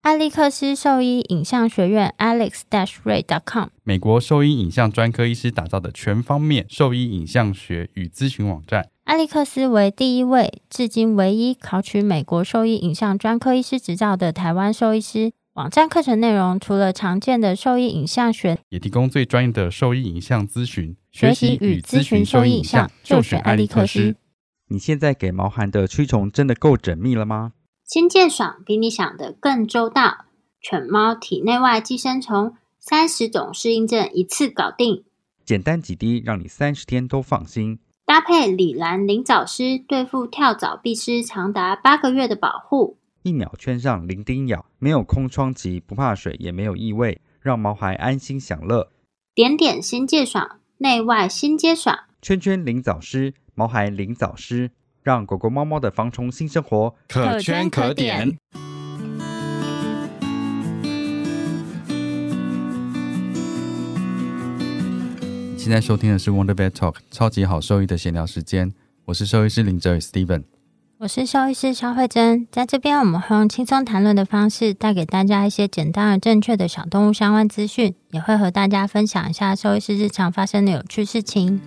艾利克斯兽医影像学院 alex-ray.com， 美国兽医影像专科医师打造的全方面兽医影像学与咨询网站。 艾利克斯为第一位，至今唯一考取美国兽医影像专科医师执照的台湾兽医师。网站课程内容除了常见的兽医影像学， 也提供最专业的兽医影像咨询。 学习与咨询兽医影像，就选艾利克斯。 你现在给毛孩的驱虫真的够缜密了吗？ 新健爽比你想的更周到，犬猫体内外寄生虫30种适应症一次搞定， 简单几滴让你30天都放心。 搭配李兰灵藻虱对付跳蚤蜱虱长达8个月的保护 ，1秒圈上0叮咬，没有空窗期，不怕水，也没有异味，让毛孩安心享乐。 点点新界爽，内外新皆爽， 圈圈灵藻虱，毛孩灵藻虱，让狗狗猫猫的防虫新生活可圈可点。现在收听的是 Wonder Vet Talk 超级好兽医的闲聊时间，我是兽医师林哲宇 Steven， 我是兽医师肖慧珍。在这边我们会用轻松谈论的方式带给大家一些简单而正确的小动物相关资讯，也会和大家分享一下兽医师日常发生的有趣事情。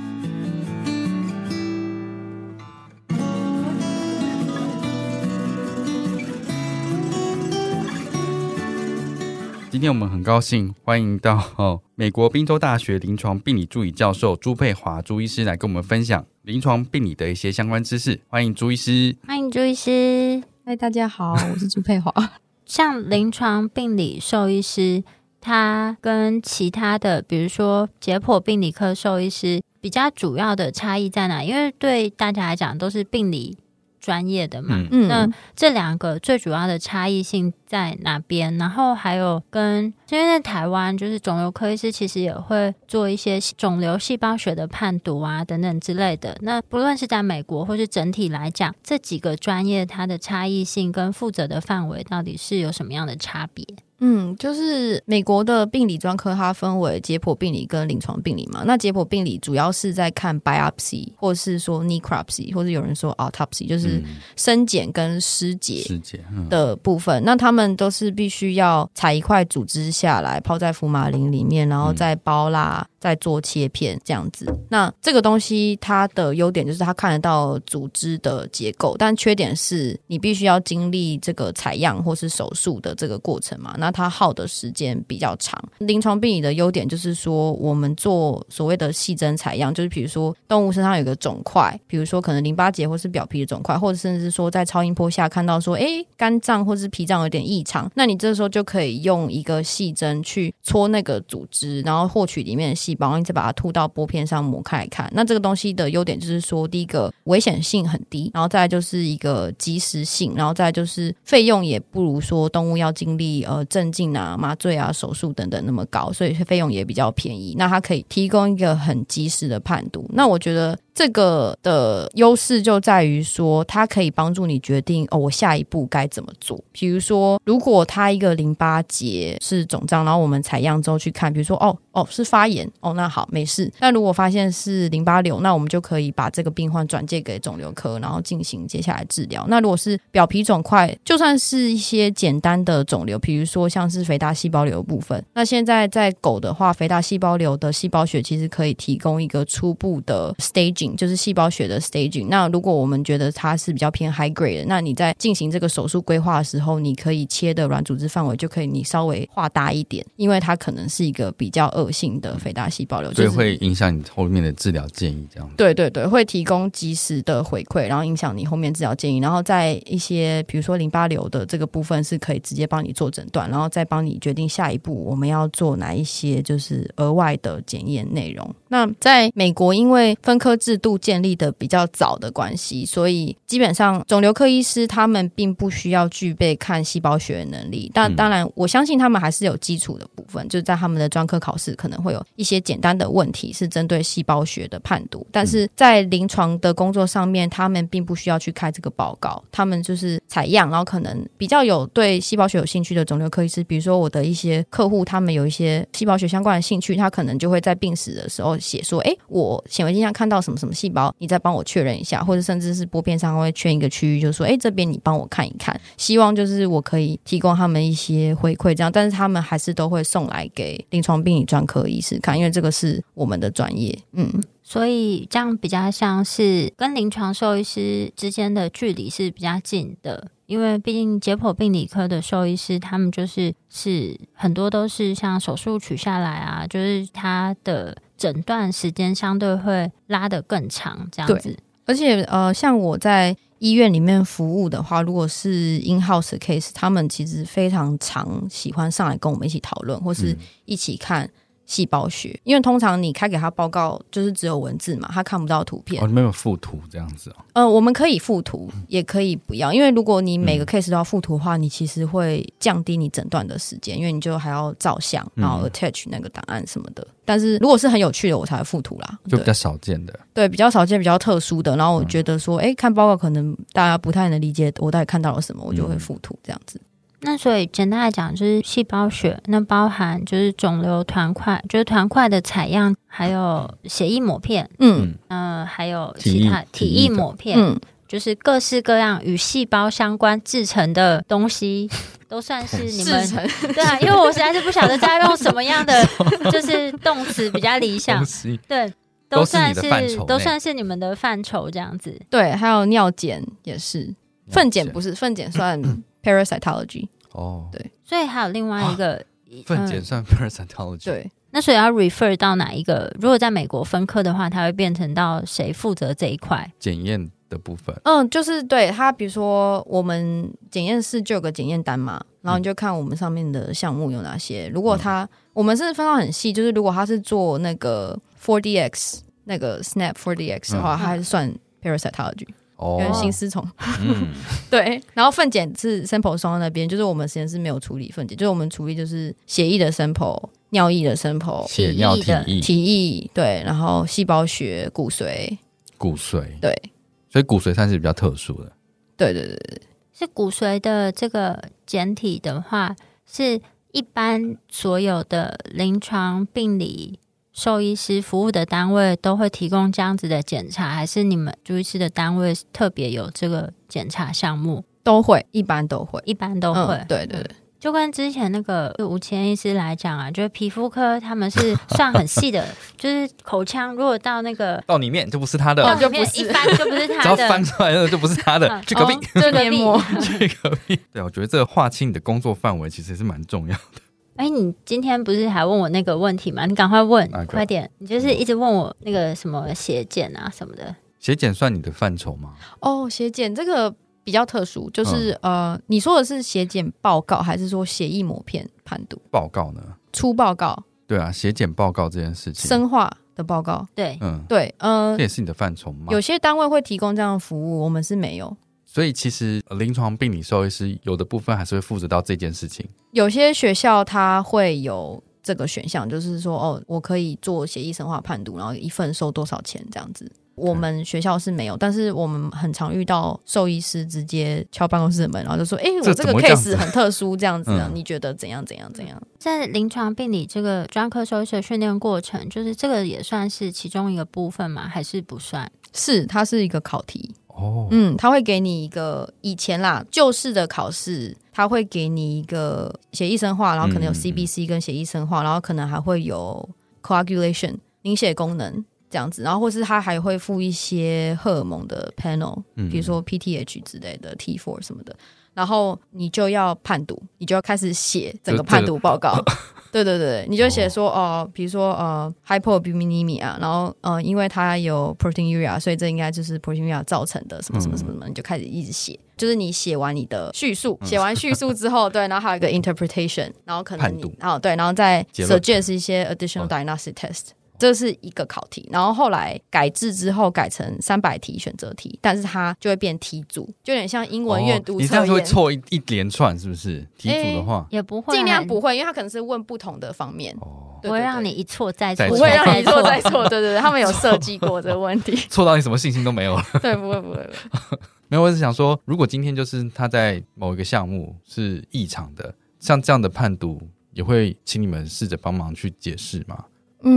今天我们很高兴欢迎到美国宾州大学临床病理助理教授朱佩华朱医师来跟我们分享临床病理的一些相关知识。欢迎朱医师。 欢迎朱医师。 嗨，大家好，我是朱佩华。 像临床病理兽医师，他跟其他的比如说解剖病理科兽医师比较主要的差异在哪？因为对大家来讲都是病理专业的嘛，那这两个最主要的差异性在哪边？然后还有因为在台湾就是肿瘤科医师其实也会做一些肿瘤细胞学的判读啊等等之类的，那不论是在美国或是整体来讲，这几个专业它的差异性跟负责的范围到底是有什么样的差别？ 就是美国的病理专科它分为解剖病理跟临床病理嘛。那解剖病理主要是在看 biopsy 或是说 necropsy 或者有人说 autopsy， 就是生检跟尸检的部分。那他们都是必须要采一块组织下来泡在福马林里面，然后再包蜡再做切片这样子。那这个东西它的优点就是它看得到组织的结构，但缺点是你必须要经历这个采样或是手术的这个过程嘛，那它耗的时间比较长。临床病理的优点就是说我们做所谓的细针采样，就是比如说动物身上有个肿块，比如说可能淋巴结或是表皮的肿块，或者甚至说在超音波下看到说肝脏或是脾脏有点异常，那你这时候就可以用一个细针去戳那个组织，然后获取里面的细胞，你再把它吐到玻片上磨开来看。那这个东西的优点就是说第一个危险性很低，然后再来就是一个及时性，然后再来就是费用也不如说动物要经历镇静啊麻醉啊手术等等那么高，所以费用也比较便宜。那它可以提供一个很及时的判读。那我觉得这个的优势就在于说它可以帮助你决定我下一步该怎么做。比如说如果它一个淋巴结是肿胀，然后我们采样之后去看，比如说是发炎那好没事。那如果发现是淋巴瘤，那我们就可以把这个病患转介给肿瘤科，然后进行接下来治疗。那如果是表皮肿块，就算是一些简单的肿瘤，比如说像是肥大细胞瘤的部分，那现在在狗的话，肥大细胞瘤的细胞学其实可以提供一个初步的 staging， 就是细胞学的 staging。 那如果我们觉得它是比较偏 high grade 的，那你在进行这个手术规划的时候，你可以切的软组织范围就可以你稍微画大一点，因为它可能是一个比较恶性的肥大细胞瘤， 所以会影响你后面的治疗建议这样。 对对对，会提供及时的回馈，然后影响你后面治疗建议。然后在一些比如说淋巴瘤的这个部分是可以直接帮你做诊断，然后再帮你决定下一步我们要做哪一些就是额外的检验内容。那在美国因为分科制度建立的比较早的关系，所以基本上肿瘤科医师他们并不需要具备看细胞学的能力，但当然我相信他们还是有基础的部分，就是在他们的专科考试可能会有一些简单的问题是针对细胞学的判读，但是在临床的工作上面他们并不需要去开这个报告，他们就是采样，然后可能比较有对细胞学有兴趣的肿瘤科医师，比如说我的一些客户他们有一些细胞学相关的兴趣，他可能就会在病史的时候写说我显微镜上看到什么什么细胞，你再帮我确认一下，或者甚至是玻片上会圈一个区域，就是说这边你帮我看一看，希望就是我可以提供他们一些回馈这样，但是他们还是都会送来给临床病理专科医师看，因为这个是我们的专业。 所以这样比较像是跟临床兽医师之间的距离是比较近的，因为毕竟解剖病理科的兽医师他们就是很多都是像手术取下来啊，就是他的诊断时间相对会拉得更长这样子。 而且像我在医院里面服务的话，如果是 in-house 的 case， 他们其实非常常喜欢上来跟我们一起讨论，或是一起看细胞学，因为通常你开给他报告就是只有文字嘛，他看不到图片。 你们有附图这样子我们可以附图，也可以不要，因为如果你每个 case 都要附图的话，你其实会降低你诊断的时间，因为你就还要照相，然后 attach 那个档案什么的。但是如果是很有趣的，我才会附图啦， 就比较少见的。 对，比较少见、比较特殊的。然后我觉得说，看报告可能大家不太能理解我到底看到了什么，我就会附图这样子。 那所以简单来讲就是细胞学，那包含就是肿瘤团块，就是团块的采样，还有血液抹片，还有其他体液抹片，就是各式各样与细胞相关制成的东西，都算是你们对啊，因为我实在是不晓得在用什么样的就是动词比较理想，对，都算是你们的范畴这样子。 对，还有尿检也是，粪检不是，粪检算parasitology。对， 所以还有另外一个粪检算 parasitology。 对， 那所以要 refer 到哪一个？如果在美国分科的话，它会变成到谁负责这一块检验的部分？ 就是对它，比如说我们检验室就有个检验单嘛，然后你就看我们上面的项目有哪些。如果我们是分到很细，就是如果他是做那个 4DX 那个 SNAP 4DX 的话，它还是算 parasitology。跟心丝虫对，然后粪检是 sample 送到那边，就是我们实验室没有处理粪检，就是我们处理就是血液的 sample、尿液的 sample、 血尿体液，对，然后细胞学、骨髓，对， 所以骨髓算是比较特殊的。 对， 是骨髓的这个检体的话，是一般所有的临床病理兽医师服务的单位都会提供这样子的检查，还是你们朱医师的单位特别有这个检查项目？ 都会，一般都会。对， 就跟之前那个吴谦医师来讲啊，就是皮肤科他们是算很细的，就是口腔如果到那个到里面就不是他的， 到里面一翻就不是他的， 只要翻出来的就不是他的，去隔壁， 这个膜， 去隔壁。对，我觉得这个划清你的工作范围其实是蛮重要的。 你今天不是还问我那个问题吗？你赶快问，快点！你就是一直问我那个什么血检啊什么的。 血检算你的范畴吗？ 血检这个比较特殊，就是你说的是血检报告，还是说血液抹片判读报告呢？ 出报告？ 对啊，血检报告这件事情， 生化的报告， 对， 对， 这也是你的范畴吗？ 有些单位会提供这样的服务，我们是没有。 所以其实临床病理兽医师有的部分还是会负责到这件事情。 有些学校它会有这个选项，就是说我可以做血液生化判读，然后一份收多少钱这样子。我们学校是没有，但是我们很常遇到兽医师直接敲办公室的门，然后就说我这个 case 很特殊这样子啊，你觉得怎样？ 在临床病理这个专科兽医师的训练过程，就是这个也算是其中一个部分吗？还是不算？ 是，它是一个考题。他会给你一个以前啦旧式的考试，他会给你一个血液生化，然后可能有 CBC 跟血液生化，然后可能还会有 coagulation 凝血功能这样子，然后或是他还会附一些荷尔蒙的 panel，比如说 PTH 之类的 T4 什么的，然后你就要判读，你就要开始写整个判读报告。对，你就写说比如说hypoalbuminemia， 然后因为它有 proteinuria， 所以这应该就是 proteinuria 造成的什么什么什么，你就开始一直写。就是你写完你的叙述，写完叙述之后，对，然后还有一个 interpretation， 然后可能你对，然后再 suggest 一些 additional diagnostic test。这是一个考题，然后后来改制之后改成300题选择题，但是它就会变题组，就有点像英文阅读测验。 你这样会错一连串是不是？题组的话也不会， 尽量不会，因为它可能是问不同的方面， 不会让你一错再错， 不会让你一错再错。对，他们有设计过这个问题， 错到你什么信心都没有了。 对，不会。 没有，我是想说，如果今天就是他在某一个项目是异常的，像这样的判读，也会请你们试着帮忙去解释吗？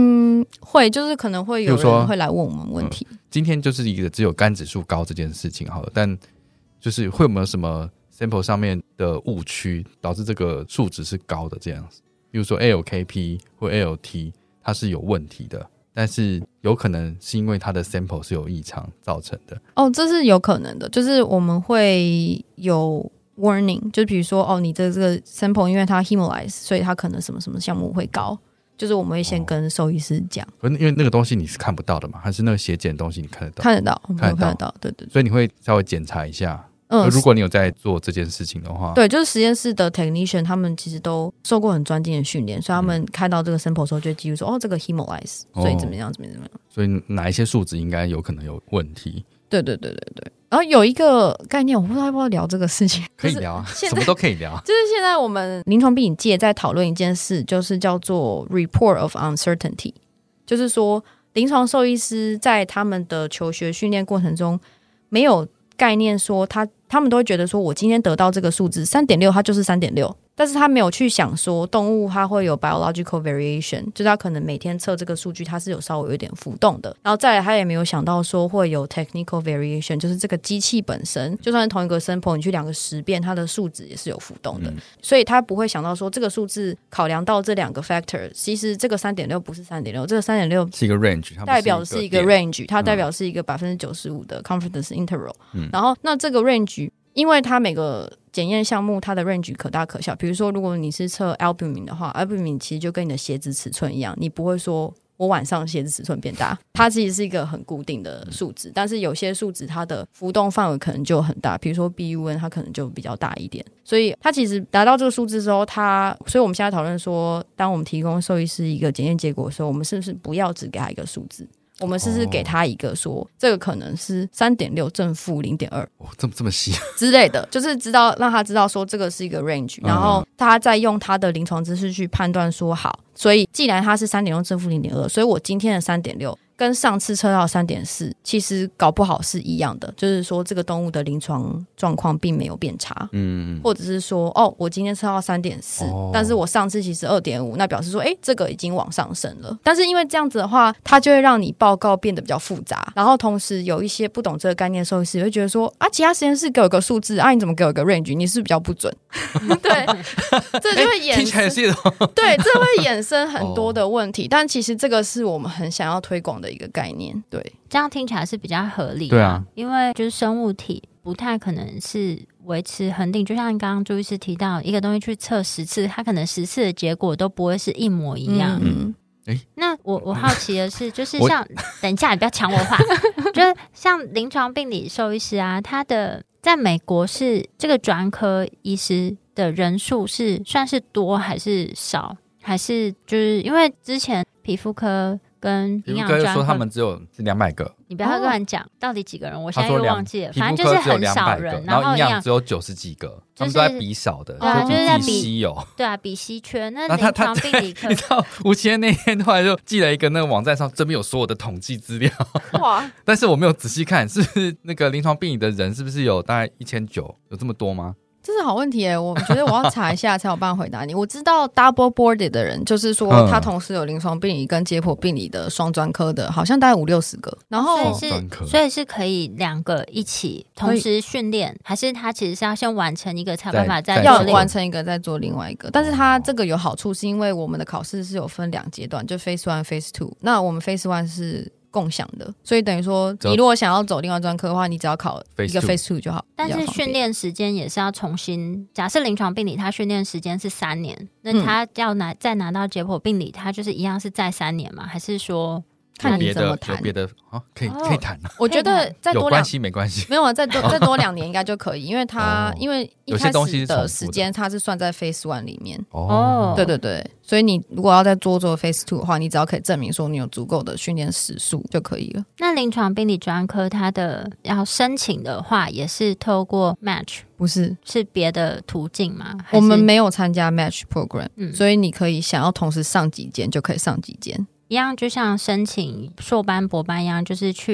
会，就是可能会有人会来问我们问题。 今天就是一个只有肝指数高这件事情好了，但就是会有没有什么 sample 上面的误区导致这个数值是高的这样子？比如说 ALKP 或 ALT 它是有问题的，但是有可能是因为它的 sample 是有异常造成的。 这是有可能的，就是我们会有 warning， 就比如说你的这个 sample 因为它 hemolyze， 所以它可能什么什么项目会高。就是我们会先跟兽医师讲， 因为那个东西你是看不到的嘛，还是那个血检的东西你看得到？ 看得到，我们会看得到，对。所以你会稍微检查一下，如果你有在做这件事情的话， 对，就是实验室的 technician 他们其实都受过很专精的训练，所以他们看到这个 sample 的时候就会记录说，这个 hemolyze， 所以怎么样， 所以哪一些数值应该有可能有问题？ 对。然后有一个概念，我不知道要不要聊这个事情， 可以聊啊，什么都可以聊。 就是现在我们临床病理界在讨论一件事，就是叫做 report of uncertainty， 就是说临床兽医师在他们的求学训练过程中没有概念说他们都会觉得说我今天得到这个数字 3.6 它就是 3.6， 但是他没有去想说动物它会有 biological variation， 就是它可能每天测这个数据它是有稍微有点浮动的，然后再来他也没有想到说会有 technical variation， 就是这个机器本身就算是同一个 sample 你去量个10遍它的数值也是有浮动的，所以他不会想到说这个数字考量到这两个 factor， 其实这个 3.6 不是 3.6， 这个 3.6 是一个 range， 它代表是一个 range， 它代表是一个 95% 的 confidence interval，然后那这个 range因为它每个检验项目它的 range 可大可小，比如说如果你是测 albumin 的话， albumin 其实就跟你的鞋子尺寸一样，你不会说我晚上鞋子尺寸变大，它其实是一个很固定的数值，但是有些数值它的浮动范围可能就很大，比如说 BUN 它可能就比较大一点，所以它其实达到这个数字之后，所以我们现在讨论说，当我们提供兽医师一个检验结果的时候，我们是不是不要只给他一个数字，我们是给他一个说这个可能是 3.6 正负 0.2 这么细之类的，就是让他知道说这个是一个 range， 然后他再用他的临床知识去判断说好，所以既然它是 3.6 正负 0.2， 所以我今天的 3.6跟上次测到 3.4 其实搞不好是一样的，就是说这个动物的临床状况并没有变差，或者是说我今天测到 3.4， 但是我上次其实 2.5， 那表示说这个已经往上升了，但是因为这样子的话它就会让你报告变得比较复杂，然后同时有一些不懂这个概念的兽医师会觉得说其他实验室给我个数字你怎么给我个 range， 你是不是比较不准对，这就会听起来是对，这会衍生很多的问题，但其实这个是我们很想要推广的一个概念，对， 这样听起来是比较合理， 对啊， 因为就是生物体不太可能是维持恒定，就像刚刚朱医师提到，一个东西去测10次，它可能10次的结果都不会是一模一样。那我好奇的是，就是像等一下你不要抢我话，就是像临床病理兽医师啊，他的在美国是这个专科医师的人数是算是多还是少，还是就是因为之前皮肤科跟营养专科说他们只有200个， 你不要乱讲，到底几个人？我现在又忘记了，反正就是很少人， 然后营养只有90几个，他们都在比少的， 对啊，就是在比稀有， 对啊，比稀缺。那临床病理科， 你知道吴奇那天后来就寄了一个那个网站上，这边有所有的统计资料，哇！但是我没有仔细看，是不是那个临床病理的人是不是有大概1900，有这么多吗？ 这是好问题耶，我觉得我要查一下才有办法回答你。我知道 double boarded 的人，就是说他同时有临床病理跟解剖病理的双专科的，好像大概50-60个。然后所以是可以2个一起同时训练，还是他其实是要先完成一个才有办法再要完成一个再做另外一个？但是他这个有好处，是因为我们的考试是有分2阶段，就 Phase 1、Phase 2。那我们 Phase 1是共享的，所以等于说你如果想要走另外专科的话，你只要考一个 Phase 2就好。 但是训练时间也是要重新，假设临床病理他训练时间是3年，那他要再拿到解剖病理，他就是一样是再3年吗？还是说看你怎么谈？ 有别的可以谈啊。 我觉得再多有关系没关系， 没有再多2年应该就可以，因为他因为一开始的时间它是算在 Phase 1里面。对，所以你如果要再做 Phase 2的话，你只要可以证明说你有足够的训练时数就可以了。 那临床病理专科它的要申请的话，也是透过 Match， 不是别的途径吗？ 我们没有参加 Match Program，所以你可以想要同时上几间就可以上几间。 一样，就像申请硕班、博班一样，就是去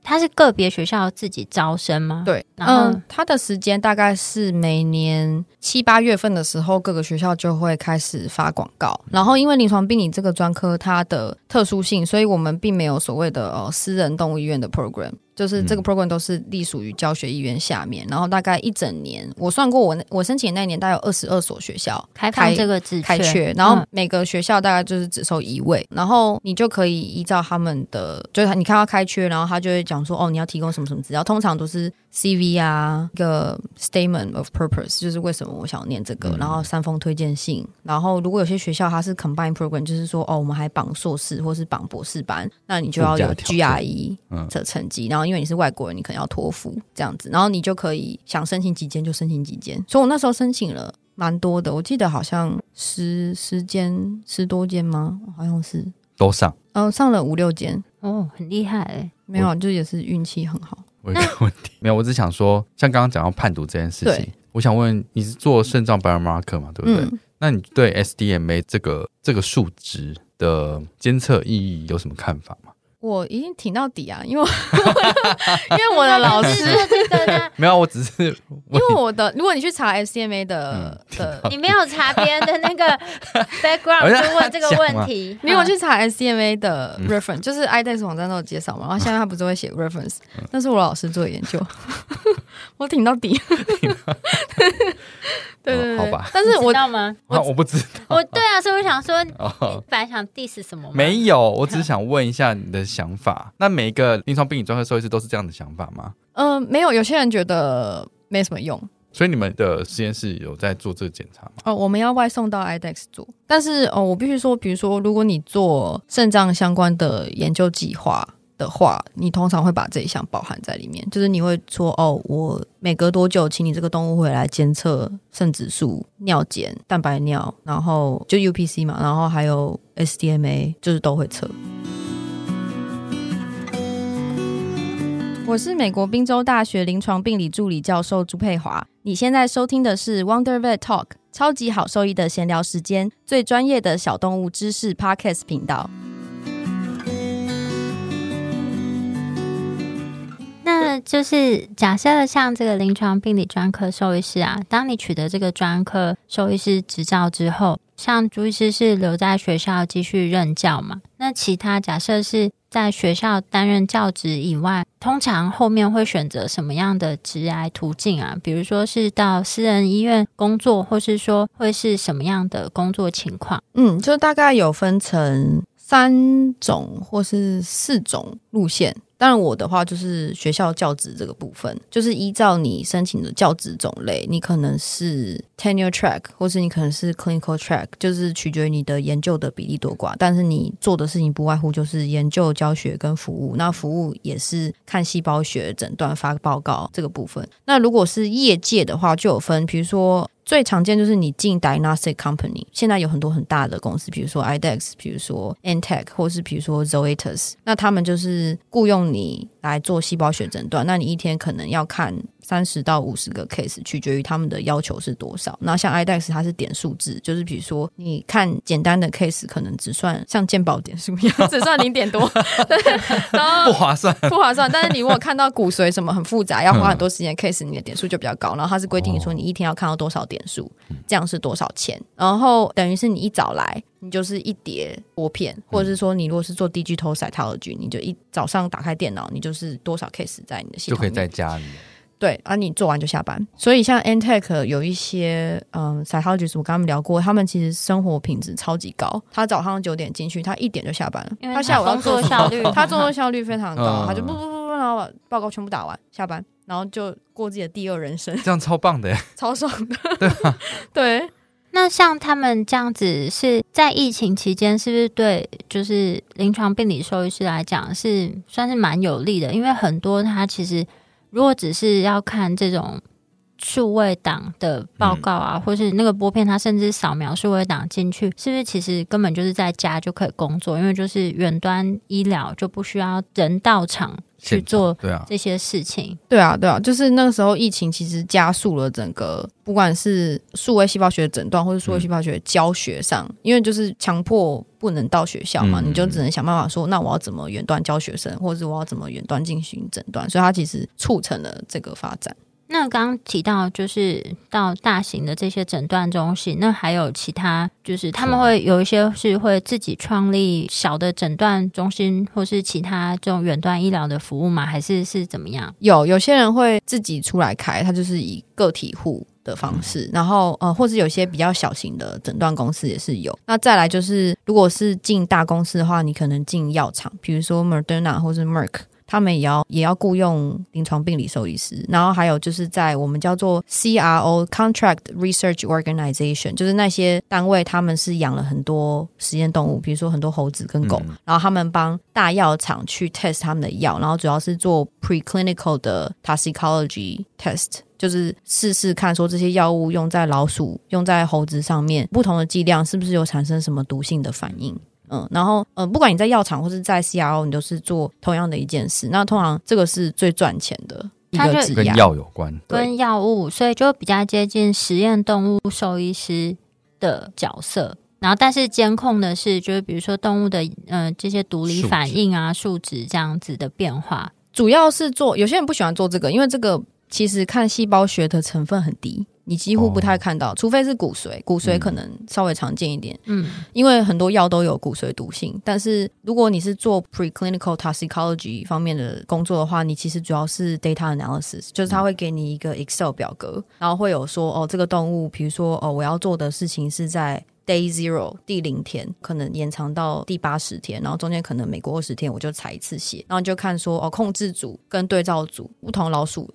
它是个别学校自己招生吗？ 对， 然后它的时间大概是每年7、8月份的时候，各个学校就会开始发广告。然后因为临床病理这个专科它的特殊性，所以我们并没有所谓的私人动物医院的 program。就是这个 program 都是隶属于教学医院下面，然后大概一整年，我算过我申请的那一年大概有22所学校开放这个职开缺，然后每个学校大概就是只收1位，然后你就可以依照他们的，就是你看到开缺，然后他就会讲说你要提供什么什么资料，通常都是 CV 啊，一个 statement of purpose， 就是为什么我想念这个，然后3封推荐信，然后如果有些学校它是 combine program， 就是说我们还绑硕士或是绑博士班，那你就要有 GRE 的成绩，然后因为你是外国人，你可能要托福这样子，然后你就可以想申请几间就申请几间，所以我那时候申请了蛮多的，我记得好像10多间吗？好像是都上， 上了5、6间很厉害欸。 没有，就也是运气很好。 我有一个问题，没有，我只想说，像刚刚讲到判读这件事情，我想问你是做肾脏 biomarker 嘛，对不对？那你对 SDMA 这个数值的监测意义有什么看法吗？ 我一定挺到底啊，因为我的老师没有，我只是因为我的，如果你去查 SDMA 的你没有查别人的那个 background 就问这个问题， 你如果去查 SDMA 的 reference， 就是 IDEX 网站都有介绍嘛，然后现在他不是会写 reference， 那是我老师做的研究，我挺到底。对， 好吧， 但是我知道吗？ 我不知道。 对啊，所以我想说，你本来想 diss 什么吗？ 没有，我只是想问一下你的想法。那每一个临床病理专科兽医师都是这样的想法吗？ 没有，有些人觉得没什么用。 所以你们的实验室有在做这个检查吗？ 我们要外送到 IDEX 做，但是我必须说，比如说，如果你做肾脏相关的研究计划的话，你通常会把这一项包含在里面，就是你会说我每隔多久请你这个动物回来监测肾指数、尿检、蛋白尿，然后就 UPC 嘛，然后还有 SDMA， 就是都会测。我是美国宾州大学临床病理助理教授朱佩华，你现在收听的是 Wonder Vet Talk， 超级好兽医的闲聊时间，最专业的小动物知识 Podcast 频道。 那就是假设像这个临床病理专科兽医师啊，当你取得这个专科兽医师执照之后，像朱医师是留在学校继续任教嘛，那其他假设是在学校担任教职以外，通常后面会选择什么样的职涯途径啊？比如说是到私人医院工作，或是说会是什么样的工作情况？ 就大概有分成3种或是4种路线。当然我的话就是学校教职这个部分，就是依照你申请的教职种类，你可能是 tenure track 或是你可能是 clinical track， 就是取决于你的研究的比例多寡，但是你做的事情不外乎就是研究、教学跟服务，那服务也是看细胞学、诊断、发报告这个部分。那如果是业界的话就有分，比如说最常见就是你进 diagnostic company， 现在有很多很大的公司，比如说 IDEX， 比如说 Antech， 或是比如说 Zoetis， 那他们就是雇用你来做细胞学诊断，那你一天可能要看30到50个 case， 取决于他们的要求是多少。那像 IDEX 它是点数制，就是比如说你看简单的 case 可能只算像健保点数一样只算0点多对，然后不划算但是你如果看到骨髓什么很复杂要花很多时间的 case， 你的点数就比较高，然后它是规定说你一天要看到多少点数，这样是多少钱，然后等于是你一早来你就是一叠拨片，或者是说你如果是做 digital cytology， 你就一早上打开电脑，你就是多少 case 在你的系统里面就可以在家里。 对啊，你做完就下班。所以像 Antech 有一些cytologists 我跟他们聊过，他们其实生活品质超级高，他早上9点进去，他1点就下班了， 因为他下午要工作效率他工作效率非常高，他就然后把报告全部打完下班，然后就过自己的第2人生， 这样超棒的耶， 超爽的对啊，对。 那像他们这样子是在疫情期间，是不是对就是临床病理兽医师来讲是算是蛮有利的？因为很多他其实如果只是要看这种数位档的报告啊，或是那个拨片，他甚至扫描数位档进去，是不是其实根本就是在家就可以工作？因为就是远端医疗就不需要人到场去做对啊这些事情。 对啊，就是那个时候疫情其实加速了整个不管是数位细胞学的诊断或是数位细胞学的教学上，因为就是强迫不能到学校嘛，你就只能想办法说那我要怎么远端教学生，或者是我要怎么远端进行诊断，所以它其实促成了这个发展。 那刚刚提到就是到大型的这些诊断中心，那还有其他就是他们会有一些是会自己创立小的诊断中心或是其他这种远端医疗的服务吗？还是怎么样？ 有些人会自己出来开，他就是以个体户的方式，然后或是有些比较小型的诊断公司也是有。那再来就是如果是进大公司的话，你可能进药厂，比如说 Moderna 或是 Merck，他们也要雇用临床病理兽医师，然后还有就是在我们叫做 CRO Contract Research Organization， 就是那些单位他们是养了很多实验动物，比如说很多猴子跟狗，然后他们帮大药厂去 test 他们的药，然后主要是做 preclinical 的 toxicology test， 就是试试看说这些药物用在老鼠用在猴子上面不同的剂量是不是有产生什么毒性的反应。然后不管你在药厂或是在 CRO， 你都是做同样的一件事。那通常这个是最赚钱的一个职业， 跟药有关， 跟药物，所以就比较接近实验动物兽医师的角色。然后，但是监控的是，就是比如说动物的这些毒理反应啊、数值这样子的变化。 主要是做，有些人不喜欢做这个，因为这个其实看细胞学的成分很低。你几乎不太看到，除非是骨髓，骨髓可能稍微常见一点，因为很多药都有骨髓毒性。但是如果你是做 preclinical toxicology 方面的工作的话，你其实主要是 data analysis， 就是他会给你一个 Excel 表格，然后会有说这个动物，比如说我要做的事情是在Day 0第0天，可能延长到第80天，然后中间可能每过20天我就采一次血，然后你就看说控制组跟对照组不同老鼠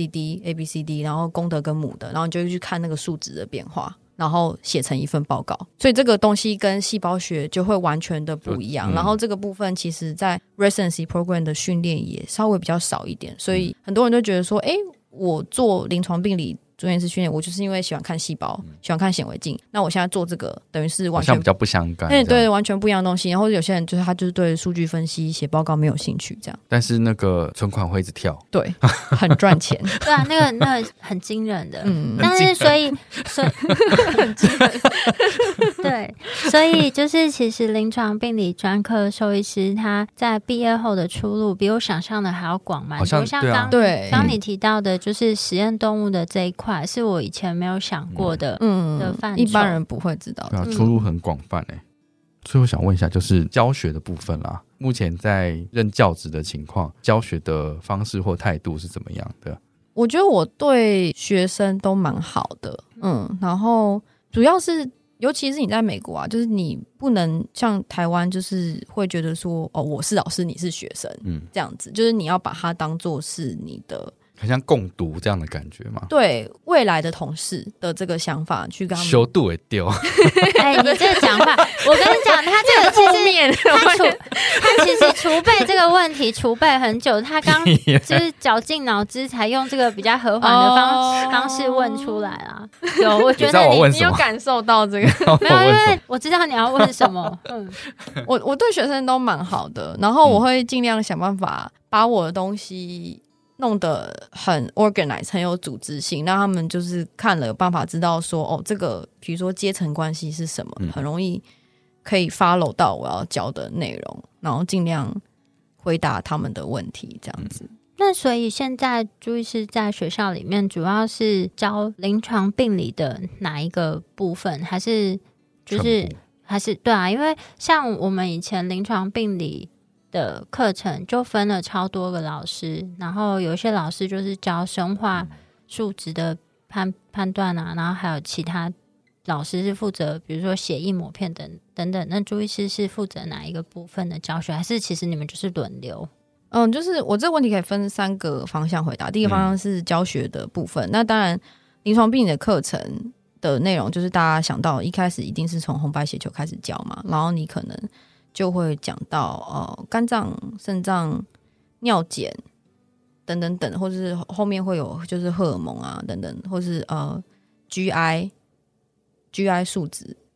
ABCD， 然后公的跟母的，然后你就去看那个数值的变化，然后写成一份报告。所以这个东西跟细胞学就会完全的不一样，然后这个部分其实在 residency program 的训练也稍微比较少一点，所以很多人都觉得说我做临床病理住院医师训练，我就是因为喜欢看细胞，喜欢看显微镜，那我现在做这个等于是完全好像比较不相干， 对，完全不一样的东西。然后有些人就是他就是对数据分析写报告没有兴趣这样， 但是那个存款会一直跳， 对，很赚钱对啊，那个很惊人的，但是所以很惊人对，所以就是其实临床病理专科兽医师他在毕业后的出路比我想象的还要广蛮多，像刚你提到的就是实验动物的这一块是我以前没有想过的的范畴， 一般人不会知道的， 出路很广泛所以我想问一下，就是教学的部分啦，目前在任教职的情况，教学的方式或态度是怎么样的？ 我觉得我对学生都蛮好的，然后主要是尤其是你在美国啊，就是你不能像台湾就是会觉得说我是老师你是学生，这样子，就是你要把它当作是你的很像共读这样的感觉吗？ 对未来的同事的这个想法去跟他们修度也丢你这个讲法我跟你讲，他这个其实他其实储备这个问题储备很久，他刚就是绞尽脑汁才用这个比较和缓的方式问出来啦。有，我觉得你有感受到这个没有，因为我知道你要问什么我对学生都蛮好的，然后我会尽量想办法把我的东西弄得很 organized， 很有组织性，让他们就是看了有办法知道说这个比如说阶层关系是什么，很容易可以 follow 到我要教的内容，然后尽量回答他们的问题这样子。 那所以现在朱医师在学校里面主要是教临床病理的哪一个部分，还是就是还是对啊？因为像我们以前临床病理的课程就分了超多个老师，然后有一些老师就是教生化数值的判断啊，然后还有其他老师是负责比如说血液抹片等等。那朱医师是负责哪一个部分的教学，还是其实你们就是轮流？ 就是我这个问题可以分3个方向回答。第一个方向是教学的部分，那当然临床病理的课程的内容就是大家想到一开始一定是从红白血球开始教嘛，然后你可能就会讲到肝脏、肾脏、尿检等等等，或者是后面会有就是荷尔蒙啊等等，或是GI 数值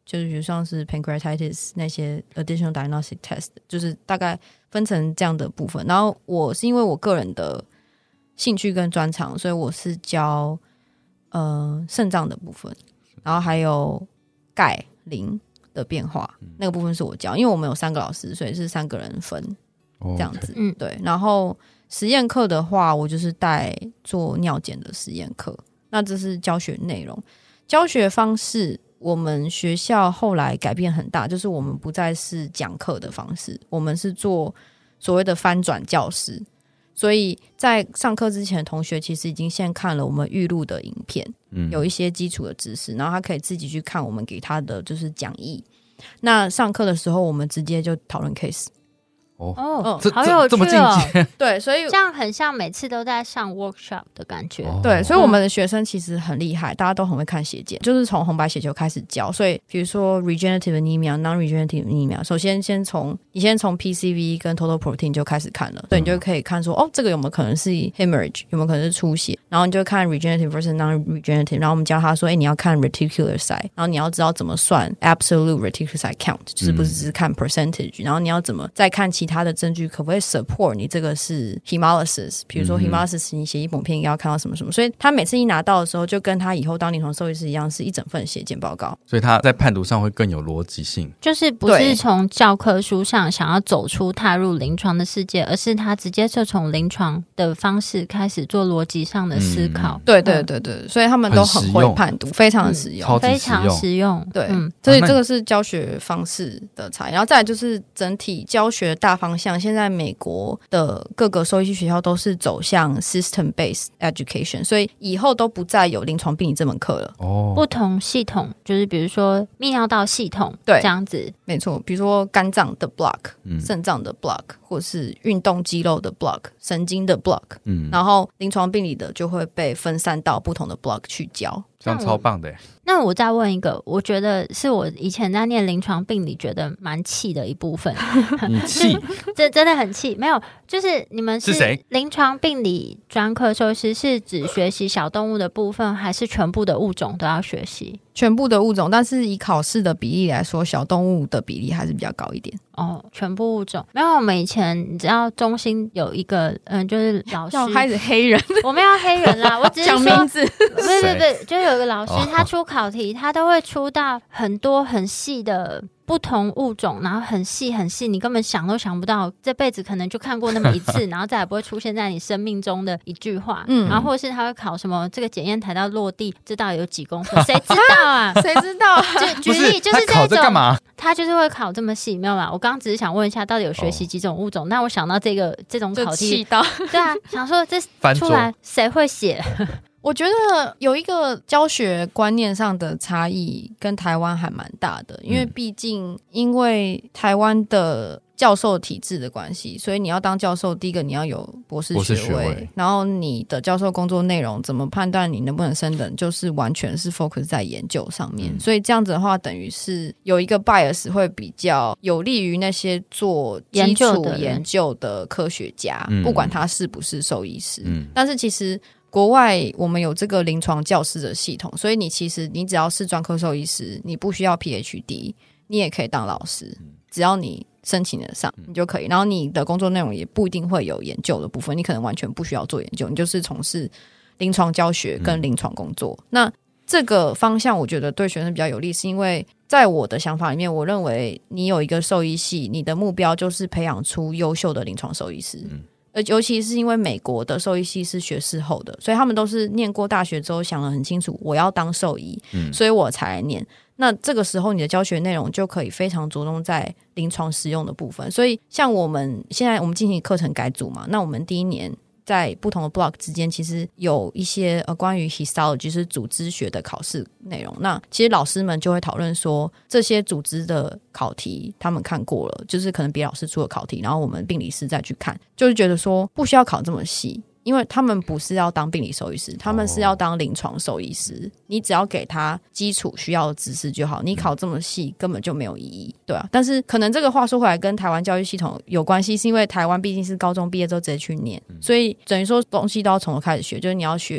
就是比如像是 pancreatitis 那些 additional diagnostic test， 就是大概分成这样的部分。然后我是因为我个人的兴趣跟专长，所以我是教肾脏的部分，然后还有钙磷的变化，那个部分是我教，因为我们有3个老师，所以是3个人分这样子。对。然后实验课的话，我就是带做尿检的实验课，那这是教学内容。教学方式我们学校后来改变很大，就是我们不再是讲课的方式，我们是做所谓的翻转教室。所以在上课之前，同学其实已经先看了我们预录的影片，有一些基础的知识，然后他可以自己去看我们给他的就是讲义。那上课的时候，我们直接就讨论 case。 好有趣这么进阶。 对，所以这样很像每次都在上 workshop 的感觉。 对，所以我们的学生其实很厉害，大家都很会看血检，就是从红白血球开始教。所以比如说 regenerative anemia、non-regenerative anemia， 首先你先从 PCV 跟 total protein 就开始看了，对，你就可以看说这个有没有可能是 hemorrhage， 有没有可能是出血，然后你就看 regenerative versus non-regenerative， 然后我们教他说你要看 reticular site， 然后你要知道怎么算 absolute reticular site count， 就是不是只是看 percentage， 然后你要怎么再看其他的证据可不可以 support 你这个是 hemolysis， 比如说 hemolysis 你血液抹片应该要看到什么什么，所以他每次一拿到的时候就跟他以后当临床兽医师一样，是一整份血检报告， 所以他在判读上会更有逻辑性， 就是不是从教科书上想要走出踏入临床的世界，而是他直接就从临床的方式开始做逻辑上的思考。 对对对对，所以他们都很会判读，非常的实用， 非常实用。 对，所以这个是教学方式的差异。然后再来就是整体教学大方向，现在美国的各个兽医系学校都是走向 system based education， 所以以后都不再有临床病理这门课了。 不同系统，就是比如说泌尿道系统， 对， 这样子， 没错。比如说肝脏的 block，肾脏的 block， 或是运动肌肉的 block， 神经的 block，然后临床病理的就会被分散到不同的 block 去教。 这样超棒的。 那我再问一个，我觉得是我以前在念临床病理觉得蛮气的一部分。 你气？ 这真的很气。没有，就是你们是谁？ 临床病理专科兽医师是指学习小动物的部分，还是全部的物种都要学习？ 全部的物种，但是以考试的比例来说，小动物的比例还是比较高一点。 全部物种。没有，我们以前你知道中心有一个就是老师要开始黑人， 我们要黑人啦，我只是说讲名字， 不，就有一个老师他出考题，他都会出到很多很细的不同物种，然后很细很细，你根本想都想不到，这辈子可能就看过那么一次，然后再也不会出现在你生命中的一句话。然后或者是他会考什么这个检验台到落地这到底有几公分，谁知道啊？ 谁知道？ 举例就是这种， 他考这干嘛？ 他就是会考这么细，没有吧？我刚刚只是想问一下，到底有学习几种物种？那我想到这种考题，对啊，想说这出来谁会写？ 我觉得有一个教学观念上的差异跟台湾还蛮大的，因为毕竟因为台湾的教授体制的关系，所以你要当教授，第一个你要有博士学位，然后你的教授工作内容怎么判断你能不能升等，就是完全是 focus 在研究上面，所以这样子的话等于是有一个 bias 会比较有利于那些做基础研究的科学家，不管他是不是兽医师，但是其实国外我们有这个临床教师的系统，所以你只要是专科兽医师，你不需要 PhD， 你也可以当老师，只要你申请得上你就可以，然后你的工作内容也不一定会有研究的部分，你可能完全不需要做研究，你就是从事临床教学跟临床工作。那这个方向我觉得对学生比较有利，是因为在我的想法里面，我认为你有一个兽医系，你的目标就是培养出优秀的临床兽医师，尤其是因为美国的兽医系是学士后的，所以他们都是念过大学之后想得很清楚我要当兽医，所以我才来念。那这个时候你的教学内容就可以非常着重在临床实用的部分，所以像我们现在我们进行课程改组嘛，那我们第一年在不同的 block 之间其实有一些关于 histology 就是组织学的考试内容，那其实老师们就会讨论说这些组织的考题他们看过了，就是可能别老师出的考题，然后我们病理师再去看，就是觉得说不需要考这么细，因为他们不是要当病理兽医师，他们是要当临床兽医师，你只要给他基础需要的知识就好，你考这么细根本就没有意义，对啊。但是可能这个话说回来跟台湾教育系统有关系，是因为台湾毕竟是高中毕业之后直接去念，所以等于说东西都要从头开始学，就是你要学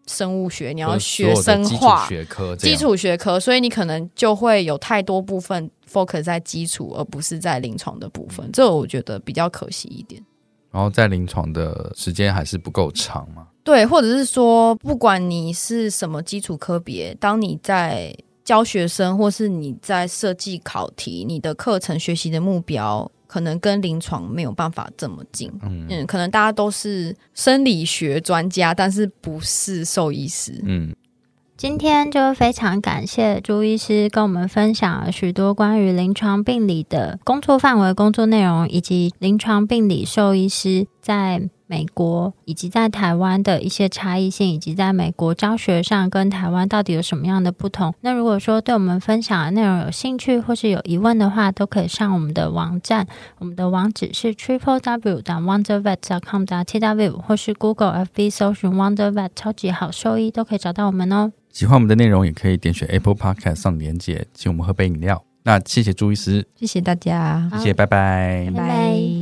生物学，你要学生化基础学科，所以你可能就会有太多部分 focus 在基础而不是在临床的部分，这我觉得比较可惜一点。 然后在临床的时间还是不够长嘛？ 对，或者是说不管你是什么基础科别，当你在教学生或是你在设计考题，你的课程学习的目标可能跟临床没有办法这么近。可能大家都是生理学专家，但是不是兽医师。 今天就非常感谢朱医师跟我们分享了许多关于临床病理的工作范围、工作内容，以及临床病理兽医师在美国以及在台湾的一些差异性，以及在美国教学上跟台湾到底有什么样的不同。那如果说对我们分享的内容有兴趣或是有疑问的话，都可以上我们的网站，我们的网址是 www.wondervet.com.tw 或是 Google FB 搜寻 Wondervet 超级好兽医都可以找到我们哦。 喜欢我们的内容也可以点选 Apple Podcast 上连结请我们喝杯饮料。那谢谢朱医师， 谢谢大家， 谢谢，拜拜， 拜拜。